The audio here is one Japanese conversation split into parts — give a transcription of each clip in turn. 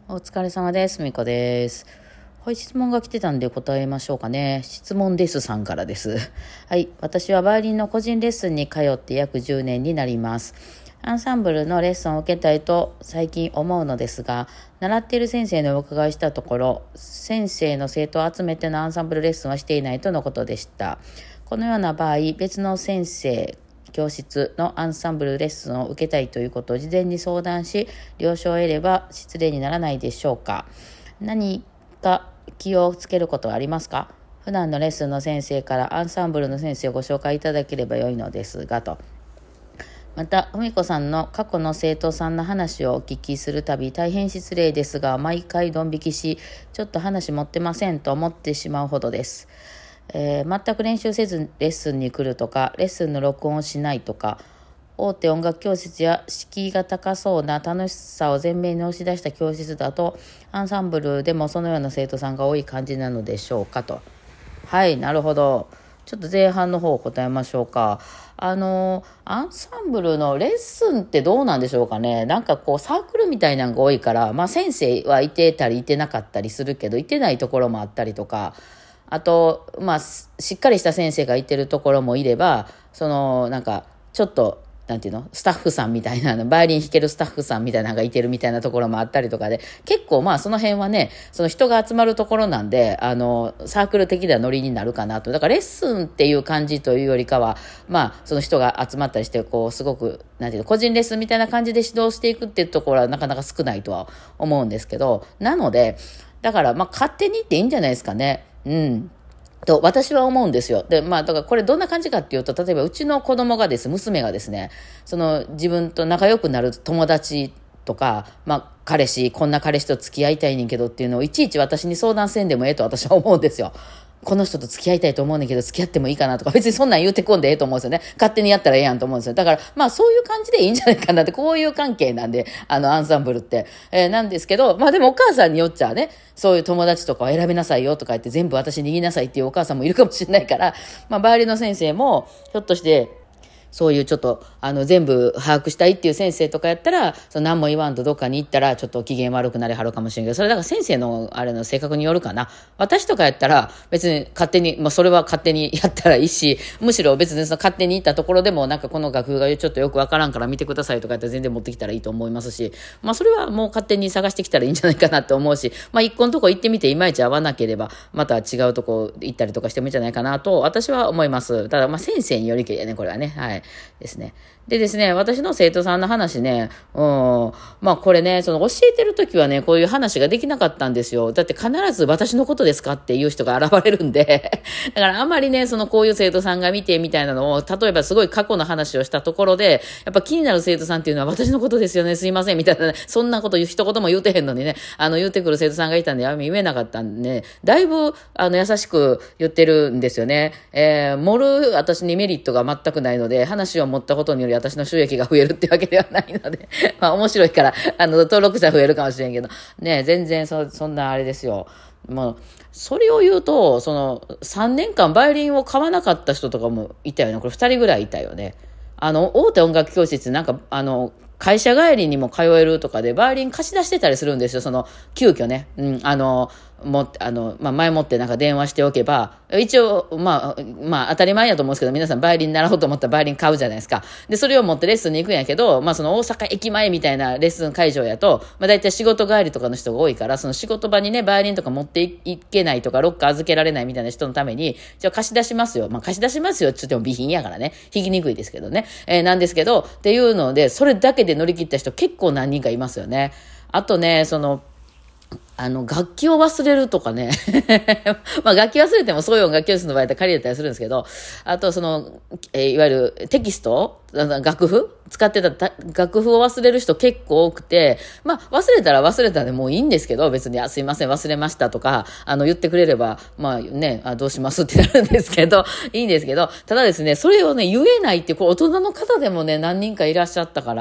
お疲れ様です。みこです。はい、質問が来てたんで答えましょうかね。質問ですさんからです。はい、私はバイオリンの個人レッスンに通って約10年になります。アンサンブルのレッスンを受けたいと最近思うのですが、習っている先生にお伺いしたところ、先生の生徒を集めてのアンサンブルレッスンはしていないとのことでした。このような場合、別の先生、教室のアンサンブルレッスンを受けたいということを事前に相談し、了承を得れば失礼にならないでしょうか。何か気をつけることはありますか？普段のレッスンの先生からアンサンブルの先生をご紹介いただければ良いのですがと。また、ふみこさんの過去の生徒さんの話をお聞きするたび大変失礼ですが、毎回ドン引きし、ちょっと話持ってませんと思ってしまうほどです。全く練習せずレッスンに来るとか、レッスンの録音をしないとか、大手音楽教室や敷居が高そうな楽しさを前面に押し出した教室だと、アンサンブルでもそのような生徒さんが多い感じなのでしょうかと。はい、なるほど。ちょっと前半の方を答えましょうか。アンサンブルのレッスンってどうなんでしょうかね。なんかこうサークルみたいなのが多いから、先生はいてたりいてなかったりするけど、いてないところもあったりとか、あと、しっかりした先生がいてるところもいれば、なんか、ちょっと、なんていうの、スタッフさんみたいなの、バイオリン弾けるスタッフさんみたいなのがいてるみたいなところもあったりとかで、結構その辺はね、その人が集まるところなんで、サークル的なノリになるかなと。だからレッスンっていう感じというよりかは、その人が集まったりして、こう、すごく、なんていうの、個人レッスンみたいな感じで指導していくっていうところはなかなか少ないとは思うんですけど、なので、だから、勝手にっていいんじゃないですかね。うん。と私は思うんですよ。で、だからこれどんな感じかっていうと、例えばうちの子供が娘がですね、自分と仲良くなる友達とか、彼氏、こんな彼氏と付き合いたいねんけどっていうのをいちいち私に相談せんでもええと私は思うんですよ。この人と付き合いたいと思うねんけど付き合ってもいいかなとか、別にそんなん言うてこんでええと思うんですよね。勝手にやったらええやんと思うんですよ。だからそういう感じでいいんじゃないかなって、こういう関係なんで、アンサンブルって。なんですけど、でもお母さんによっちゃね、そういう友達とかを選びなさいよとか言って全部私に言いなさいっていうお母さんもいるかもしれないから、バイオリンの先生もひょっとしてそういうちょっと、全部把握したいっていう先生とかやったら、何も言わんとどっかに行ったら、ちょっと機嫌悪くなりはるかもしれんけど、それだから先生の、あれの性格によるかな。私とかやったら、別に勝手に、それは勝手にやったらいいし、むしろ別に勝手に行ったところでも、この楽譜がちょっとよくわからんから見てくださいとかやったら全然持ってきたらいいと思いますし、それはもう勝手に探してきたらいいんじゃないかなと思うし、一個のとこ行ってみていまいち合わなければ、また違うとこ行ったりとかしてもいいんじゃないかなと、私は思います。ただ、先生によりけりやね、これはね。はい。ですね。でですね、私の生徒さんの話ね、これね、教えてるときはね、こういう話ができなかったんですよ。だって必ず私のことですかっていう人が現れるんで、だからあまりね、こういう生徒さんが見てみたいなのを、例えばすごい過去の話をしたところで、やっぱ気になる生徒さんっていうのは私のことですよね、すいません、みたいなね、そんなこと一言も言うてへんのにね、言うてくる生徒さんがいたんで、言えなかったんで、ね、だいぶ、優しく言ってるんですよね。盛る私にメリットが全くないので、話を持ったことにより私の収益が増えるってわけではないので、面白いから、登録者増えるかもしれんけど、ね、全然そんなあれですよ。それを言うと、3年間バイオリンを買わなかった人とかもいたよね。これ2人ぐらいいたよね。大手音楽教室、会社帰りにも通えるとかで、バイオリン貸し出してたりするんですよ。急遽ね。前もって電話しておけば、一応、当たり前やと思うんですけど、皆さんバイオリン習おうと思ったらバイオリン買うじゃないですか。で、それを持ってレッスンに行くんやけど、大阪駅前みたいなレッスン会場やと、だいたい仕事帰りとかの人が多いから、仕事場にね、バイオリンとか持っていけないとか、ロッカー預けられないみたいな人のために、じゃあ貸し出しますよ。貸し出しますよって言っても備品やからね。弾きにくいですけどね。なんですけど、っていうので、それだけで乗り切った人結構何人かいますよね。あとね、楽器を忘れるとかね。楽器忘れてもそういう音楽教室の場合って借りれたりするんですけど、あといわゆるテキスト楽譜使ってた楽譜を忘れる人結構多くて、忘れたら忘れたでもういいんですけど、別に、すいません、忘れましたとか、言ってくれれば、どうしますってなるんですけど、いいんですけど、ただですね、それをね、言えないっていう、大人の方でもね、何人かいらっしゃったから、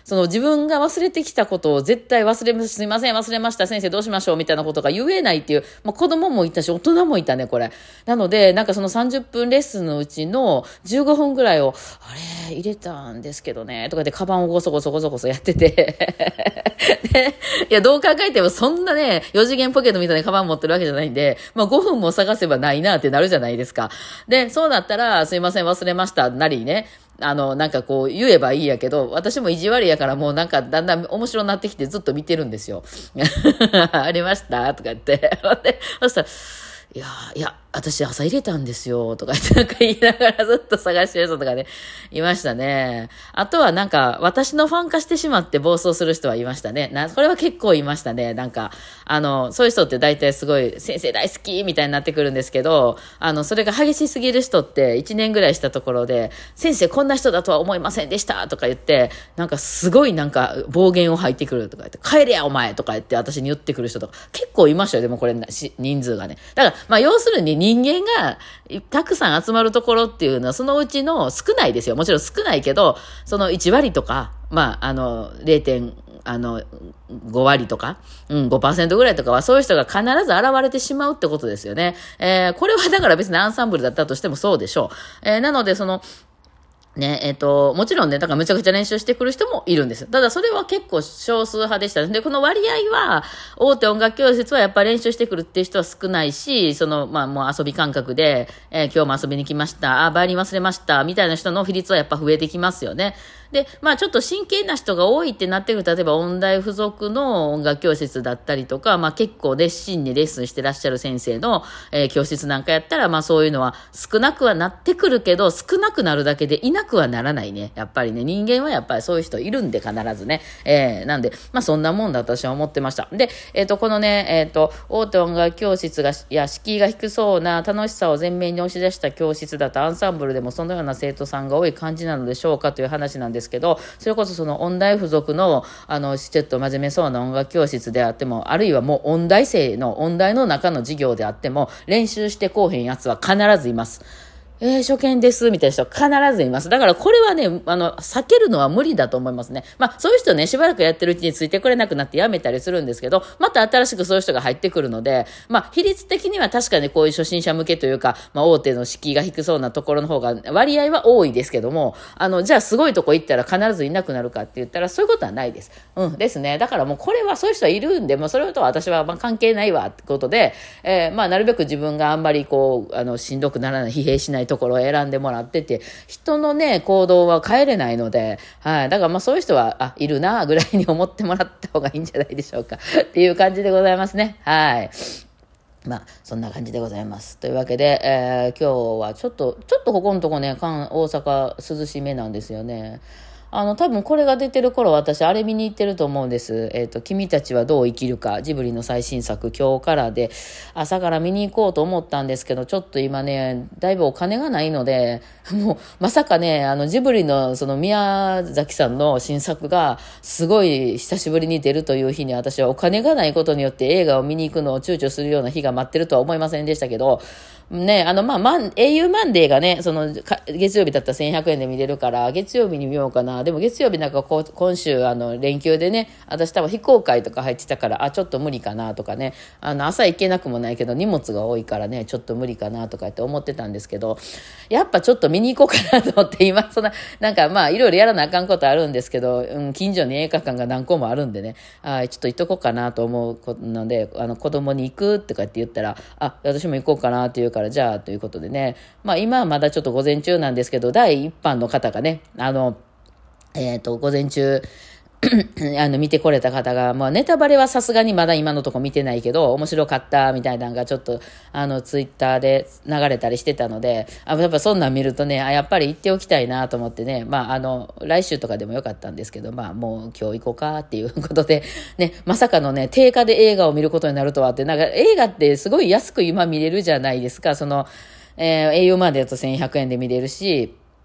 その自分が忘れてきたことを絶対すいません、忘れました、先生どうしましょうみたいなことが言えないっていう、まあ、子供もいたし、大人もいたね、これ。なので、なんかその30分レッスンのうちの15分ぐらいを、あれ、入れたんですけどね、とかで、カバンをゴソゴソやってて。で、いや、どう考えてもそんなね、4次元ポケットみたいなカバン持ってるわけじゃないんで、まあ5分も探せばないなってなるじゃないですか。で、そうなったら、すいません、忘れました、なりね。なんかこう言えばいいやけど、私も意地悪やからもうなんかだんだん面白になってきてずっと見てるんですよ。ありましたとか言って。で、そしたら、いや、私朝入れたんですよ、とか言ってなんか言いながらずっと探してる人とかね、いましたね。あとはなんか、私のファン化してしまって暴走する人はいましたね。これは結構いましたね。なんか、そういう人って大体すごい、先生大好きみたいになってくるんですけど、それが激しすぎる人って1年ぐらいしたところで、先生こんな人だとは思いませんでした、とか言って、なんかすごいなんか暴言を吐いてくるとか言って、帰れやお前とか言って私に言ってくる人とか、結構いましたよ。でもこれ、人数がね。だから、まあ要するに人間がたくさん集まるところっていうのはそのうちの少ないですよ。もちろん少ないけど、その1割とか、まあ、5割とか、5% ぐらいとかはそういう人が必ず現れてしまうってことですよね。これはだから別にアンサンブルだったとしてもそうでしょう。なのでね、もちろんね、だからむちゃくちゃ練習してくる人もいるんです。ただそれは結構少数派でした。で、この割合は、大手音楽教室はやっぱり練習してくるっていう人は少ないし、まあもう遊び感覚で、今日も遊びに来ました、バイオリン忘れました、みたいな人の比率はやっぱ増えてきますよね。で、まあちょっと真剣な人が多いってなってくる、例えば音大附属の音楽教室だったりとか、まあ結構熱心にレッスンしてらっしゃる先生の、教室なんかやったら、まあそういうのは少なくはなってくるけど、少なくなるだけでいなくはならないね。やっぱりね、人間はやっぱりそういう人いるんで必ずね。なんで、まあそんなもんだと私は思ってました。で、このね、大手音楽教室敷居が低そうな楽しさを前面に押し出した教室だとアンサンブルでもそのような生徒さんが多い感じなのでしょうかという話なんですけど、それこそその音大附属の、ちょっと真面目そうな音楽教室であっても、あるいはもう音大の中の授業であっても、練習してこうへんやつは必ずいます。初見です、みたいな人必ずいます。だからこれはね、避けるのは無理だと思いますね。まあ、そういう人ね、しばらくやってるうちについてくれなくなってやめたりするんですけど、また新しくそういう人が入ってくるので、まあ、比率的には確かにこういう初心者向けというか、まあ、大手の敷居が低そうなところの方が割合は多いですけども、じゃあすごいとこ行ったら必ずいなくなるかって言ったら、そういうことはないです。ですね。だからもうこれはそういう人はいるんで、もうそれとは私はまあ関係ないわってことで、まあ、なるべく自分があんまりこう、しんどくならない、疲弊しないところを選んでもらってて、人のね、行動は変えれないので、はい。だからまあそういう人は、いるな、ぐらいに思ってもらった方がいいんじゃないでしょうか。っていう感じでございますね。はい。まあ、そんな感じでございます。というわけで、今日はちょっとここのとこね、大阪涼しめなんですよね。多分これが出てる頃私あれ見に行ってると思うんです。君たちはどう生きるか、ジブリの最新作今日からで、朝から見に行こうと思ったんですけど、ちょっと今ね、だいぶお金がないので、もうまさかね、ジブリのその宮崎さんの新作がすごい久しぶりに出るという日に私はお金がないことによって映画を見に行くのを躊躇するような日が待ってるとは思いませんでしたけど、ね、au マンデーがね、月曜日だったら1100円で見れるから、月曜日に見ようかな。でも月曜日なんか今週、連休でね、私多分非公開とか入ってたから、ちょっと無理かなとかね、朝行けなくもないけど、荷物が多いからね、ちょっと無理かなとかって思ってたんですけど、やっぱちょっと見に行こうかなと思って、今、なんかまあ、いろいろやらなあかんことあるんですけど、近所に映画館が何個もあるんでね、ちょっと行っとこうかなと思うので、子供に行くとかって言ったら、私も行こうかなって言うから、じゃあということでね、まあ今はまだちょっと午前中なんですけど、第一版の方がね、午前中見てこれた方が、まあネタバレはさすがにまだ今のとこ見てないけど、面白かったみたいなのがちょっと、ツイッターで流れたりしてたので、やっぱそんなん見るとね、やっぱり行っておきたいなと思ってね、まあ来週とかでもよかったんですけど、まあもう今日行こうかっていうことで、ね、まさかのね、定価で映画を見ることになるとはって、なんか映画ってすごい安く今見れるじゃないですか、au までだと1100円で見れるし、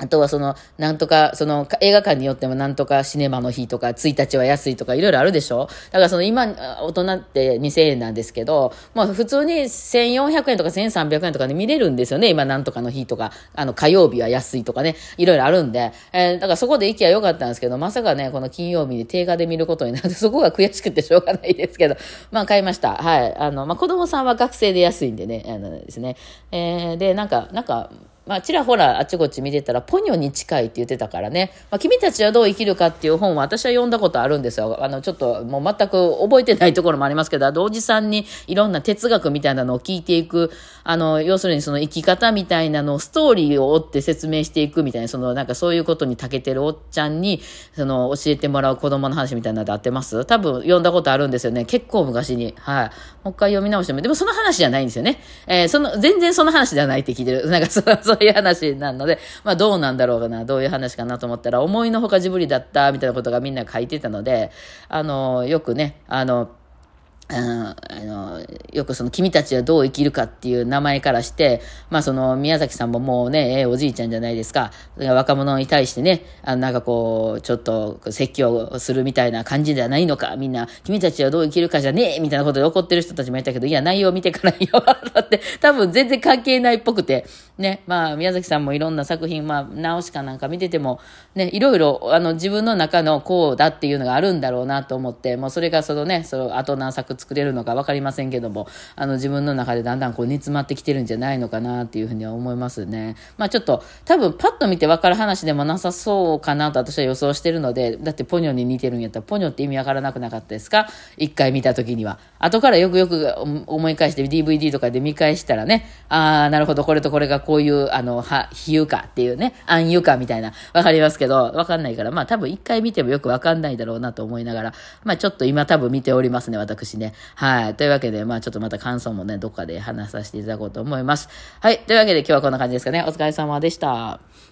あとはなんとか、映画館によってもなんとかシネマの日とか、1日は安いとか、いろいろあるでしょ。だから今、大人って2000円なんですけど、まあ普通に1400円とか1300円とかで見れるんですよね。今なんとかの日とか、火曜日は安いとかね、いろいろあるんで、だからそこで行きゃよかったんですけど、まさかね、この金曜日に定価で見ることになって、そこが悔しくてしょうがないですけど、まあ買いました。はい。まあ子供さんは学生で安いんでね、ですね。で、まあ、ちらほらあちこち見てたら、ポニョに近いって言ってたからね。まあ、君たちはどう生きるかっていう本は私は読んだことあるんですよ。ちょっともう全く覚えてないところもありますけど、おじさんにいろんな哲学みたいなのを聞いていく、要するにその生き方みたいなのをストーリーを追って説明していくみたいな、なんかそういうことに長けてるおっちゃんに、教えてもらう子供の話みたいなので合ってます？多分読んだことあるんですよね。結構昔に。はい。もう一回読み直しても、でもその話じゃないんですよね。全然その話じゃないって聞いてる。なんかそういう話なので、まあどうなんだろうかな、どういう話かなと思ったら、思いのほかジブリだった、みたいなことがみんな書いてたので、よくね、よく君たちはどう生きるかっていう名前からして、まあ宮崎さんももうね、おじいちゃんじゃないですか。若者に対してね、なんかこう、ちょっと説教するみたいな感じじゃないのか、みんな、君たちはどう生きるかじゃねえみたいなことで怒ってる人たちもいたけど、いや、内容見てからよ、だって、多分全然関係ないっぽくて、ね、まあ、宮崎さんもいろんな作品、まあ、直しかなんか見てても、ね、いろいろ、自分の中のこうだっていうのがあるんだろうなと思って、もうそれがあと何作作れるのか分かりませんけども、自分の中でだんだんこう煮詰まってきてるんじゃないのかなっていうふうには思いますね。まあちょっと多分パッと見て分かる話でもなさそうかなと私は予想してるので、だってポニョに似てるんやったらポニョって意味分からなくなかったですか？一回見た時には。後からよくよく思い返して DVD とかで見返したらね、ああなるほどこれとこれがこういう比喩かっていうね、暗喩かみたいな分かりますけど、分かんないから、まあ多分一回見てもよく分かんないだろうなと思いながら、まあちょっと今多分見ておりますね、私ね。はい。というわけで、まあちょっとまた感想もね、どっかで話させていただこうと思います。はい。というわけで今日はこんな感じですかね。お疲れ様でした。